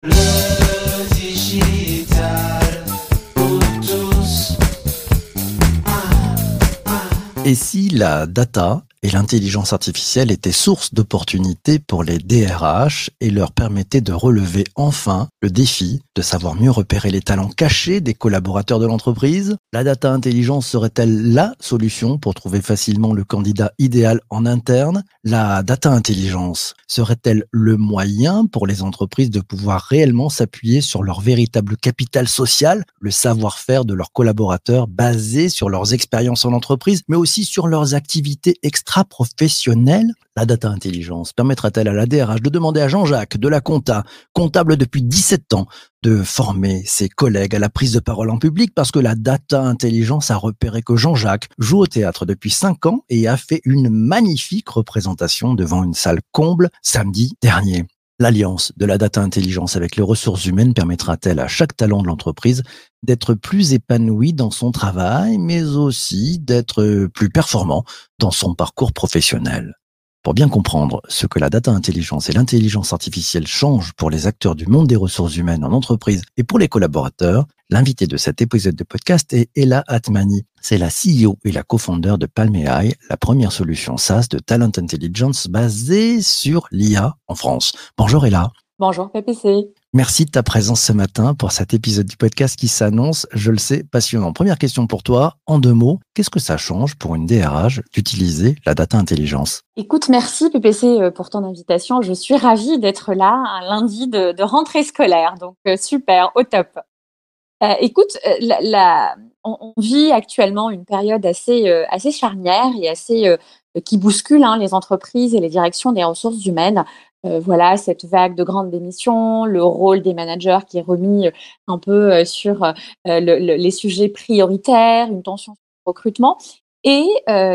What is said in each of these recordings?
Le digital pour tous. Et si la data et l'intelligence artificielle étaient source d'opportunités pour les DRH et leur permettaient de relever enfin le défi de savoir mieux repérer les talents cachés des collaborateurs de l'entreprise? La data intelligence serait-elle la solution pour trouver facilement le candidat idéal en interne? La data intelligence serait-elle le moyen pour les entreprises de pouvoir réellement s'appuyer sur leur véritable capital social, le savoir-faire de leurs collaborateurs basé sur leurs expériences en entreprise, mais aussi sur leurs activités extra-professionnelles? La data intelligence permettra-t-elle à la DRH de demander à Jean-Jacques de la compta, comptable depuis 17 ans, de former ses collègues à la prise de parole en public parce que la data intelligence a repéré que Jean-Jacques joue au théâtre depuis 5 ans et a fait une magnifique représentation devant une salle comble samedi dernier? L'alliance de la data intelligence avec les ressources humaines permettra-t-elle à chaque talent de l'entreprise d'être plus épanoui dans son travail, mais aussi d'être plus performant dans son parcours professionnel? Pour bien comprendre ce que la data intelligence et l'intelligence artificielle changent pour les acteurs du monde des ressources humaines en entreprise et pour les collaborateurs, l'invité de cet épisode de podcast est Ela Atmani. C'est la CEO et la co-founder de Palm AI, la première solution SaaS de Talent Intelligence basée sur l'IA en France. Bonjour Ela. Bonjour PPC. Merci de ta présence ce matin pour cet épisode du podcast qui s'annonce, je le sais, passionnant. Première question pour toi, en 2 mots, qu'est-ce que ça change pour une DRH d'utiliser la data intelligence? Écoute, merci PPC pour ton invitation. Je suis ravie d'être là un lundi de rentrée scolaire. Donc super, au top. Écoute, on vit actuellement une période assez charnière et assez qui bouscule les entreprises et les directions des ressources humaines. Voilà, cette vague de grandes démissions, le rôle des managers qui est remis un peu sur les sujets prioritaires, une tension sur le recrutement. Et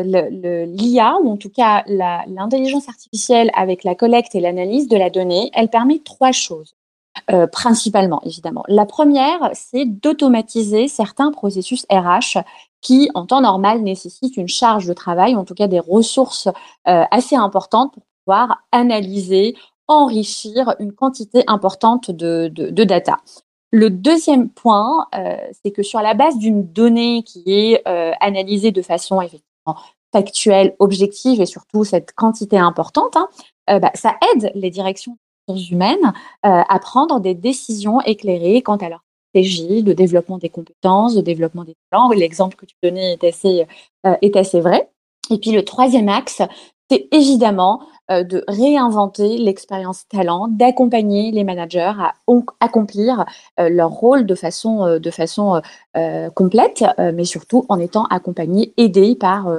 l'IA, ou en tout cas l'intelligence artificielle avec la collecte et l'analyse de la donnée, elle permet 3 choses. Principalement, évidemment. La première, c'est d'automatiser certains processus RH qui, en temps normal, nécessitent une charge de travail, en tout cas des ressources assez importantes pour pouvoir analyser, enrichir une quantité importante de data. Le deuxième point, c'est que sur la base d'une donnée qui est analysée de façon effectivement factuelle, objective et surtout cette quantité importante, ça aide les directions humaines à prendre des décisions éclairées quant à leur stratégie de développement des compétences, de développement des talents. L'exemple que tu donnais est assez vrai. Et puis le troisième axe, c'est évidemment de réinventer l'expérience talent, d'accompagner les managers à accomplir leur rôle de façon complète, mais surtout en étant accompagnés, aidés par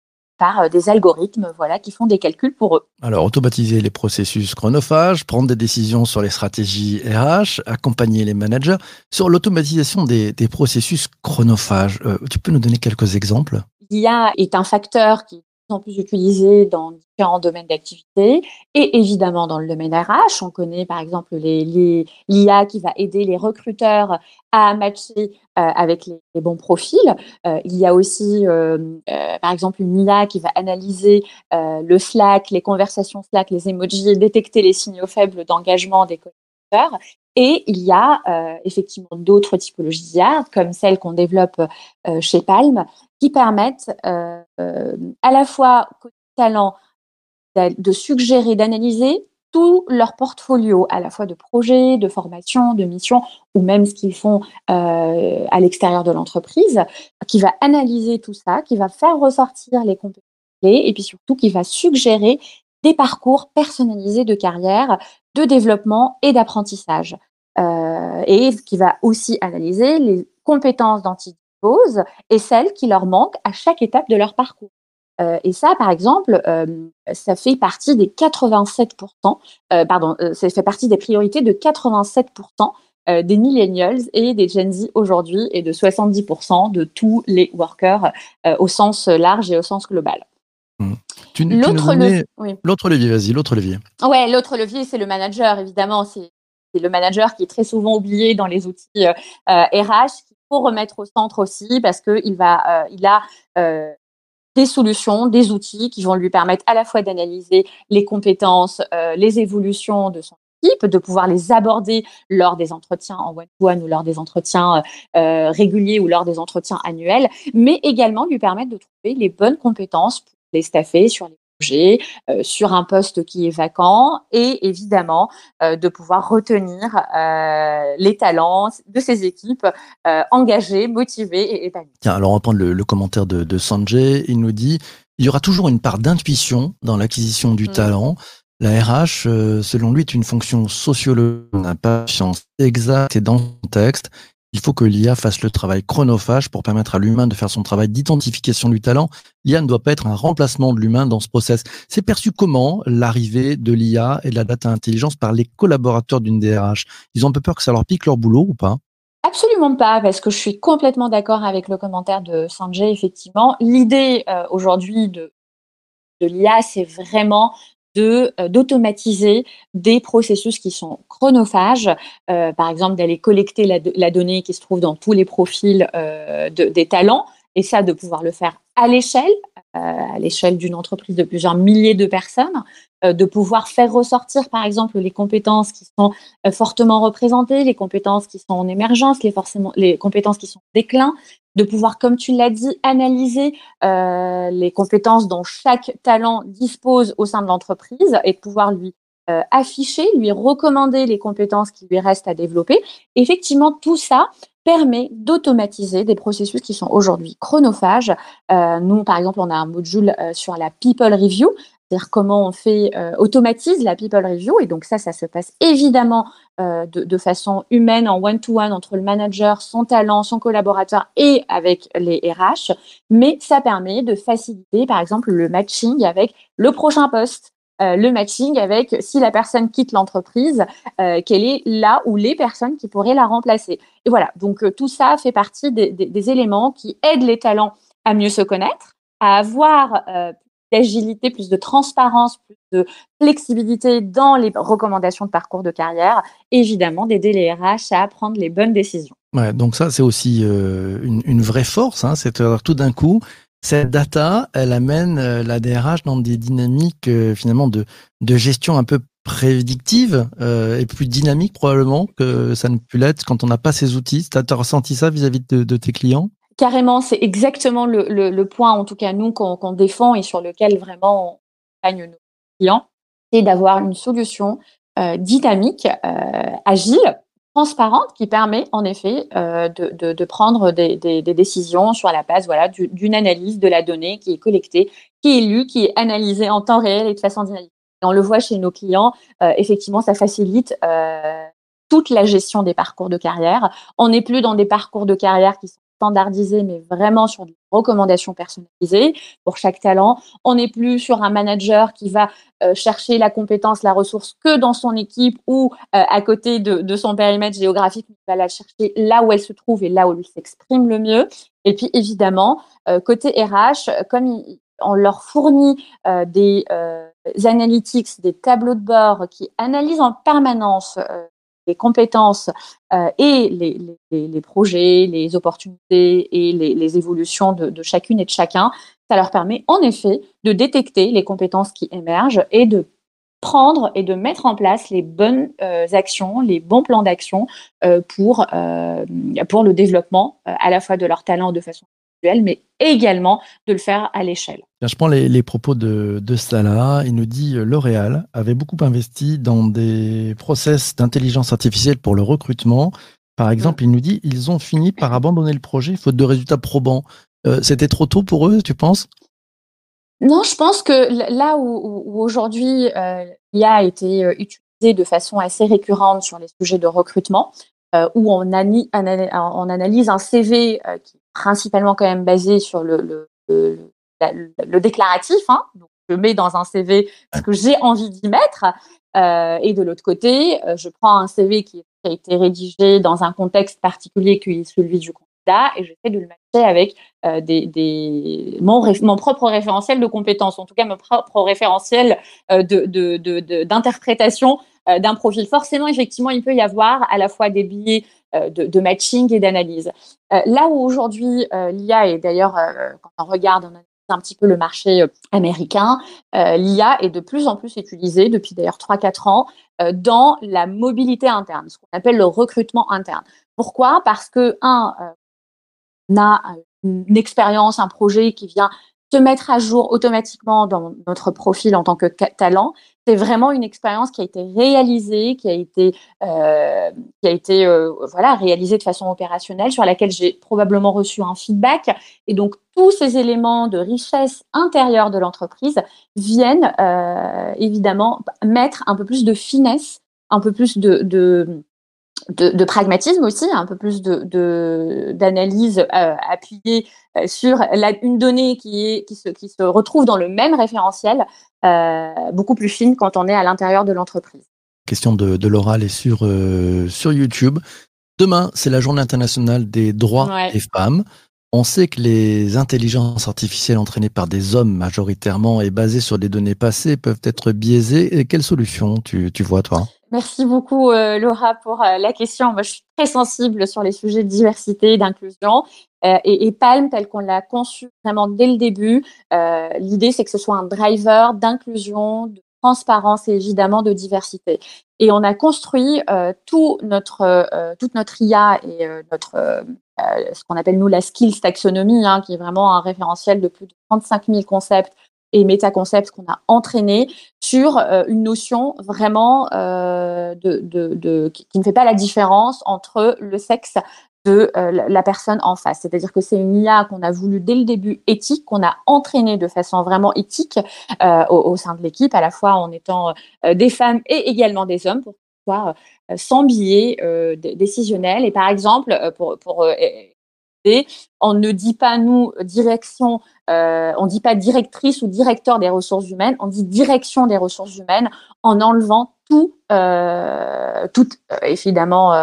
des algorithmes qui font des calculs pour eux. Alors, automatiser les processus chronophages, prendre des décisions sur les stratégies RH, accompagner les managers. Sur l'automatisation des processus chronophages, tu peux nous donner quelques exemples? L'IA est un facteur qui est de plus en plus utilisé dans différents domaines d'activité et évidemment dans le domaine RH. On connaît par exemple l'IA qui va aider les recruteurs à matcher avec les bons profils. Il y a aussi par exemple une IA qui va analyser le Slack, les conversations Slack, les emojis et détecter les signaux faibles d'engagement des collaborateurs. Et il y a effectivement d'autres typologies d'IA, comme celles qu'on développe chez Palm, qui permettent à la fois côté talent de suggérer, d'analyser tout leur portfolio, à la fois de projets, de formations, de missions, ou même ce qu'ils font à l'extérieur de l'entreprise, qui va analyser tout ça, qui va faire ressortir les compétences clés, et puis surtout qui va suggérer des parcours personnalisés de carrière, de développement et d'apprentissage. Et qui va aussi analyser les compétences dont ils disposent et celles qui leur manquent à chaque étape de leur parcours. Et ça, par exemple, ça fait partie des 87%, ça fait partie des priorités de 87% des millennials et des Gen Z aujourd'hui et de 70% de tous les workers au sens large et au sens global. Mmh. Tu nous donnais Oui. l'autre levier, vas-y, l'autre levier. Ouais, l'autre levier, c'est le manager, évidemment. C'est le manager qui est très souvent oublié dans les outils RH, qu'il faut remettre au centre aussi parce qu'il a des solutions, des outils qui vont lui permettre à la fois d'analyser les compétences, les évolutions de son équipes, de pouvoir les aborder lors des entretiens en one-to-one ou lors des entretiens réguliers ou lors des entretiens annuels, mais également lui permettre de trouver les bonnes compétences pour les staffer sur les projets, sur un poste qui est vacant et évidemment de pouvoir retenir les talents de ces équipes engagées, motivées et épanouies. Tiens, alors on va prendre le commentaire de Sanjay. Il nous dit, il y aura toujours une part d'intuition dans l'acquisition du talent. La RH, selon lui, est une fonction sociologique. On n'a pas science exacte et dans le contexte. Il faut que l'IA fasse le travail chronophage pour permettre à l'humain de faire son travail d'identification du talent. L'IA ne doit pas être un remplacement de l'humain dans ce process. C'est perçu comment l'arrivée de l'IA et de la data intelligence par les collaborateurs d'une DRH? Ils ont un peu peur que ça leur pique leur boulot ou pas? Absolument pas, parce que je suis complètement d'accord avec le commentaire de Sanjay, effectivement. L'idée aujourd'hui de l'IA, c'est vraiment d'automatiser des processus qui sont chronophages, par exemple d'aller collecter la donnée qui se trouve dans tous les profils des talents, et ça de pouvoir le faire à l'échelle d'une entreprise de plusieurs milliers de personnes, de pouvoir faire ressortir par exemple les compétences qui sont fortement représentées, les compétences qui sont en émergence, les compétences qui sont en déclin, de pouvoir, comme tu l'as dit, analyser les compétences dont chaque talent dispose au sein de l'entreprise et de pouvoir lui afficher, lui recommander les compétences qui lui restent à développer. Effectivement, tout ça permet d'automatiser des processus qui sont aujourd'hui chronophages. Nous, par exemple, on a un module sur la People Review, c'est-à-dire comment on automatise la People Review. Et donc ça se passe évidemment de façon humaine, en one-to-one, entre le manager, son talent, son collaborateur et avec les RH. Mais ça permet de faciliter, par exemple, le matching avec le prochain poste. Le matching avec, si la personne quitte l'entreprise, quelle est là ou les personnes qui pourraient la remplacer. Et voilà, donc tout ça fait partie des éléments qui aident les talents à mieux se connaître, à avoir plus d'agilité, plus de transparence, plus de flexibilité dans les recommandations de parcours de carrière, et évidemment d'aider les RH à prendre les bonnes décisions. Ouais, donc ça, c'est aussi une vraie force, hein, c'est tout d'un coup, cette data, elle amène la DRH dans des dynamiques finalement de gestion un peu prédictive et plus dynamique probablement que ça ne peut l'être quand on n'a pas ces outils. T'as ressenti ça vis-à-vis de tes clients? Carrément, c'est exactement le point, en tout cas nous, qu'on défend et sur lequel vraiment on accompagne nos clients, c'est d'avoir une solution dynamique, agile, transparente, qui permet en effet de prendre des décisions sur la base d'une analyse de la donnée qui est collectée, qui est lue, qui est analysée en temps réel et de façon dynamique. Et on le voit chez nos clients, effectivement, ça facilite toute la gestion des parcours de carrière. On n'est plus dans des parcours de carrière qui sont standardisés, mais vraiment sur des recommandations personnalisées pour chaque talent. On n'est plus sur un manager qui va chercher la compétence, la ressource que dans son équipe ou à côté de son périmètre géographique, il va la chercher là où elle se trouve et là où il s'exprime le mieux. Et puis évidemment, côté RH, comme on leur fournit des analytics, des tableaux de bord qui analysent en permanence les compétences et les projets, les opportunités et les évolutions de chacune et de chacun, ça leur permet en effet de détecter les compétences qui émergent et de prendre et de mettre en place les bonnes actions, les bons plans d'action pour le développement à la fois de leur talent de façon individuelle, mais également de le faire à l'échelle. Je prends les propos de Salah. Il nous dit L'Oréal avait beaucoup investi dans des process d'intelligence artificielle pour le recrutement. Par exemple, il nous dit ils ont fini par abandonner le projet faute de résultats probants. C'était trop tôt pour eux, tu penses? Non, je pense que là où aujourd'hui l'IA a été utilisée de façon assez récurrente sur les sujets de recrutement, où on analyse un CV qui est principalement quand même basé sur le déclaratif, hein. Donc, je mets dans un CV ce que j'ai envie d'y mettre. Et de l'autre côté, je prends un CV qui a été rédigé dans un contexte particulier qui est celui du candidat et j'essaie de le matcher avec mon propre référentiel de compétences, en tout cas mon propre référentiel d'interprétation d'un profil. Forcément, effectivement, il peut y avoir à la fois des biais de matching et d'analyse. Là où aujourd'hui l'IA, et d'ailleurs quand on regarde, on analyse un petit peu le marché américain, l'IA est de plus en plus utilisée depuis d'ailleurs 3-4 ans dans la mobilité interne, ce qu'on appelle le recrutement interne. Pourquoi? Parce que, on a une expérience, un projet qui vient se mettre à jour automatiquement dans notre profil en tant que talent. C'est vraiment une expérience qui a été réalisée, voilà, réalisée de façon opérationnelle, sur laquelle j'ai probablement reçu un feedback. Et donc, tous ces éléments de richesse intérieure de l'entreprise viennent évidemment mettre un peu plus de finesse, un peu plus de pragmatisme aussi, un peu plus d'analyse appuyée sur une donnée qui se retrouve dans le même référentiel, beaucoup plus fine quand on est à l'intérieur de l'entreprise. Question de l'oral est sur YouTube. Demain, c'est la journée internationale des droits Ouais. des femmes. On sait que les intelligences artificielles entraînées par des hommes majoritairement et basées sur des données passées peuvent être biaisées. Et quelle solution tu vois, toi? Merci beaucoup, Laura, pour la question. Moi, je suis très sensible sur les sujets de diversité, d'inclusion. Et Palm, tel qu'on l'a conçu vraiment dès le début, l'idée, c'est que ce soit un driver d'inclusion, de transparence et évidemment de diversité. Et on a construit toute notre IA et ce qu'on appelle, nous, la skills taxonomie, qui est vraiment un référentiel de plus de 35 000 concepts et métaconcepts qu'on a entraînés sur une notion vraiment qui ne fait pas la différence entre le sexe de la personne en face. C'est-à-dire que c'est une IA qu'on a voulu dès le début éthique, qu'on a entraînée de façon vraiment éthique au sein de l'équipe, à la fois en étant des femmes et également des hommes, pour pouvoir sans biais décisionnel. Et par exemple, on ne dit pas, nous, direction, on ne dit pas directrice ou directeur des ressources humaines, on dit direction des ressources humaines en enlevant évidemment,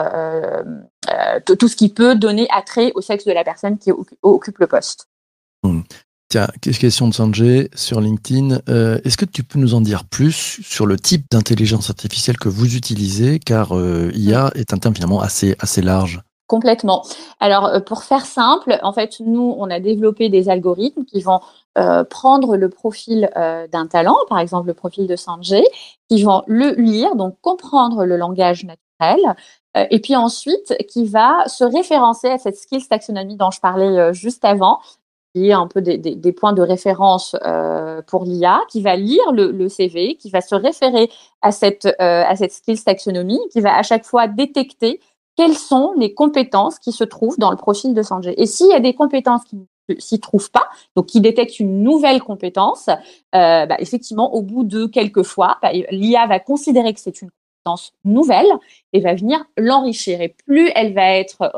tout ce qui peut donner attrait au sexe de la personne qui occupe le poste. Tiens, question de Sanjay sur LinkedIn. Est-ce que tu peux nous en dire plus sur le type d'intelligence artificielle que vous utilisez, car IA est un terme finalement assez large. Complètement. Alors, pour faire simple, en fait, nous, on a développé des algorithmes qui vont prendre le profil d'un talent, par exemple le profil de Sanjay, qui vont le lire, donc comprendre le langage naturel, et puis ensuite qui va se référencer à cette skills taxonomie dont je parlais juste avant, qui est un peu des points de référence pour l'IA, qui va lire le CV, qui va se référer à cette skills taxonomie, qui va à chaque fois détecter quelles sont les compétences qui se trouvent dans le profil de Sanjay. Et s'il y a des compétences qui ne s'y trouvent pas, donc qui détectent une nouvelle compétence, effectivement, au bout de quelques fois, l'IA va considérer que c'est une compétence nouvelle et va venir l'enrichir. Et plus elle va être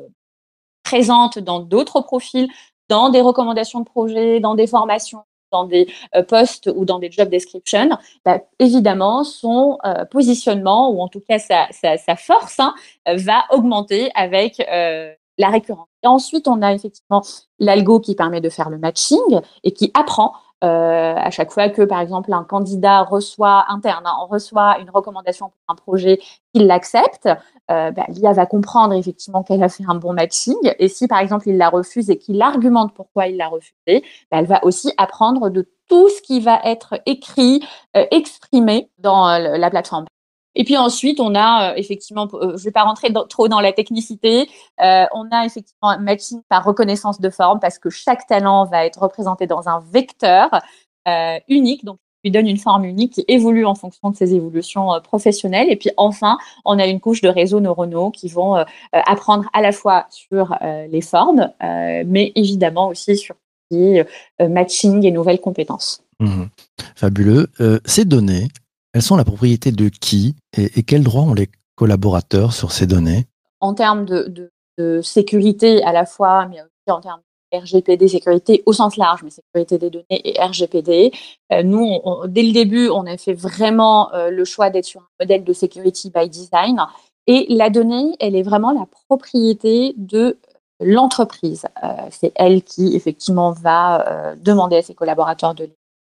présente dans d'autres profils, dans des recommandations de projets, dans des formations, dans des postes ou dans des job descriptions, évidemment, son positionnement, ou en tout cas sa force, va augmenter avec la récurrence. Et ensuite, on a effectivement l'algo qui permet de faire le matching et qui apprend à chaque fois que, par exemple, un candidat reçoit une recommandation pour un projet, qu'il l'accepte, l'IA va comprendre effectivement qu'elle a fait un bon matching. Et si, par exemple, il la refuse et qu'il argumente pourquoi il l'a refusé, elle va aussi apprendre de tout ce qui va être écrit, exprimé dans la plateforme. Et puis ensuite, on a effectivement, je ne vais pas rentrer trop dans la technicité, on a effectivement un matching par reconnaissance de forme, parce que chaque talent va être représenté dans un vecteur unique, donc lui donne une forme unique qui évolue en fonction de ses évolutions professionnelles. Et puis enfin, on a une couche de réseaux neuronaux qui vont apprendre à la fois sur les formes, mais évidemment aussi sur matching et nouvelles compétences. Fabuleux. Ces données, elles sont la propriété de qui et quels droits ont les collaborateurs sur ces données? En termes de sécurité à la fois, mais aussi en termes de RGPD, sécurité au sens large, mais sécurité des données et RGPD. Nous, dès le début, on a fait vraiment le choix d'être sur un modèle de security by design. Et la donnée, elle est vraiment la propriété de l'entreprise. C'est elle qui, effectivement, va demander à ses collaborateurs de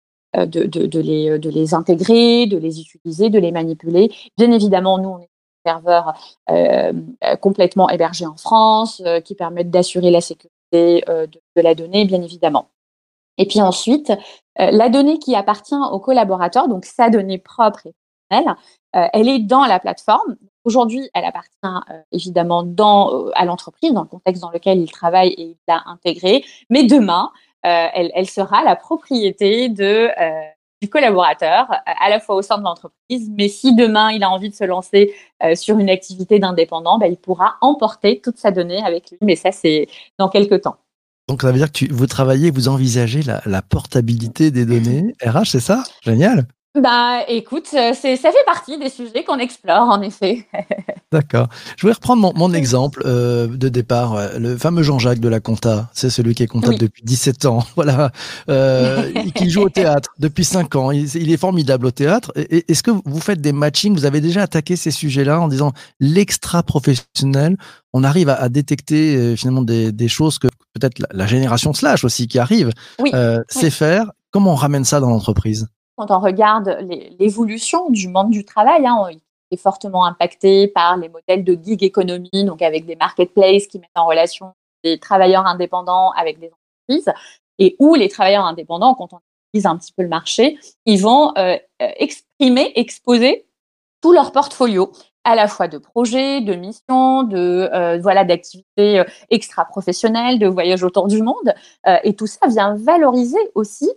les intégrer, de les utiliser, de les manipuler. Bien évidemment, nous, on est un serveur complètement hébergé en France, qui permettent d'assurer la sécurité de la donnée, bien évidemment. Et puis ensuite, la donnée qui appartient au collaborateur, donc sa donnée propre et personnelle, elle est dans la plateforme. Aujourd'hui, elle appartient évidemment à l'entreprise, dans le contexte dans lequel il travaille et il l'a intégrée. Mais demain, elle sera la propriété du collaborateur, à la fois au sein de l'entreprise. Mais si demain, il a envie de se lancer sur une activité d'indépendant, il pourra emporter toute sa donnée avec lui. Mais ça, c'est dans quelques temps. Donc, ça veut dire que vous travaillez, vous envisagez la portabilité des données RH, c'est ça? Génial. Écoute, ça fait partie des sujets qu'on explore, en effet. D'accord. Je voulais reprendre mon exemple de départ, le fameux Jean-Jacques de la compta. C'est celui qui est comptable Oui. depuis 17 ans, voilà, qui joue au théâtre depuis 5 ans. Il est formidable au théâtre. Est-ce que vous faites des matchings? Vous avez déjà attaqué ces sujets-là en disant l'extra-professionnel? On arrive à détecter finalement des choses que peut-être la génération slash aussi qui arrive Oui, sait oui. faire. Comment on ramène ça dans l'entreprise? Quand on regarde l'évolution du monde du travail, il est fortement impacté par les modèles de gig economy, donc avec des marketplaces qui mettent en relation des travailleurs indépendants avec des entreprises, et où les travailleurs indépendants, quand on utilise un petit peu le marché, ils vont exposer tout leur portfolio, à la fois de projets, de missions, d'activités extra-professionnelles, de voyages autour du monde. Et tout ça vient valoriser aussi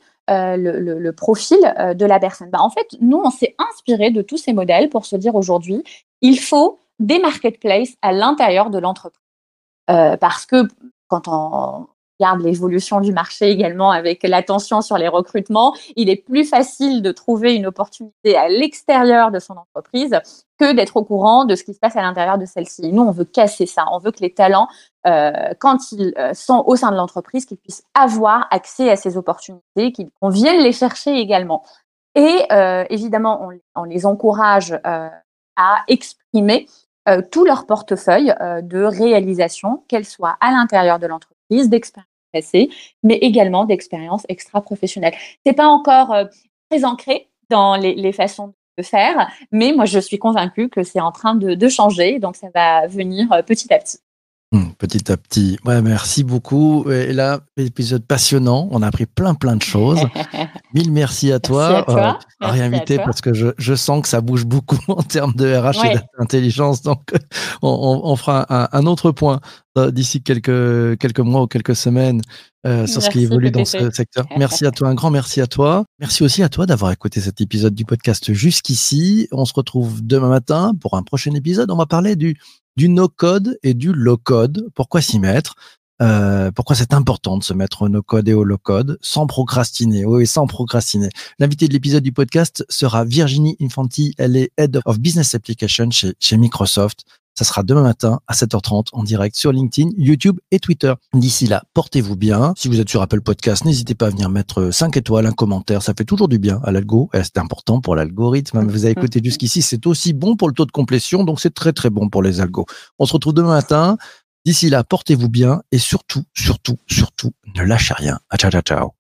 le profil de la personne. En fait, nous, on s'est inspiré de tous ces modèles pour se dire aujourd'hui, il faut des marketplaces à l'intérieur de l'entreprise. Parce que quand on regarde l'évolution du marché également avec l'attention sur les recrutements, il est plus facile de trouver une opportunité à l'extérieur de son entreprise que d'être au courant de ce qui se passe à l'intérieur de celle-ci. Nous, on veut casser ça. On veut que les talents, quand ils sont au sein de l'entreprise, qu'ils puissent avoir accès à ces opportunités, qu'on vienne les chercher également. Et évidemment, on les encourage à exprimer tout leur portefeuille de réalisation, qu'elles soient à l'intérieur de l'entreprise, d'expériences passées, mais également d'expériences extra-professionnelles. C'est pas encore très ancré dans les façons de faire, mais moi, je suis convaincue que c'est en train de changer, donc ça va venir petit à petit. Petit à petit. Ouais, merci beaucoup. Et là, épisode passionnant. On a appris plein de choses. Mille merci à Merci à toi. toi. Tu seras Merci à réinvité toi. parce que je sens que ça bouge beaucoup en termes de RH et Ouais. d'intelligence. Donc, on fera un autre point d'ici quelques mois ou quelques semaines sur ce qui Merci, évolue dans ce PPC. secteur. Merci à toi, un grand merci à toi. Merci aussi à toi d'avoir écouté cet épisode du podcast jusqu'ici. On se retrouve demain matin pour un prochain épisode. On va parler du no-code et du low-code. Pourquoi s'y mettre? Pourquoi c'est important de se mettre au no-code et au low-code sans procrastiner. Oui, sans procrastiner. L'invité de l'épisode du podcast sera Virginie Infanti. Elle est Head of Business Application chez Microsoft. Ça sera demain matin à 7h30 en direct sur LinkedIn, YouTube et Twitter. D'ici là, portez-vous bien. Si vous êtes sur Apple Podcast, n'hésitez pas à venir mettre 5 étoiles, un commentaire. Ça fait toujours du bien à l'algo. C'est important pour l'algorithme. Vous avez écouté jusqu'ici. C'est aussi bon pour le taux de complétion. Donc, c'est très, très bon pour les algos. On se retrouve demain matin. D'ici là, portez-vous bien et surtout, ne lâchez rien. Ciao, ciao, ciao.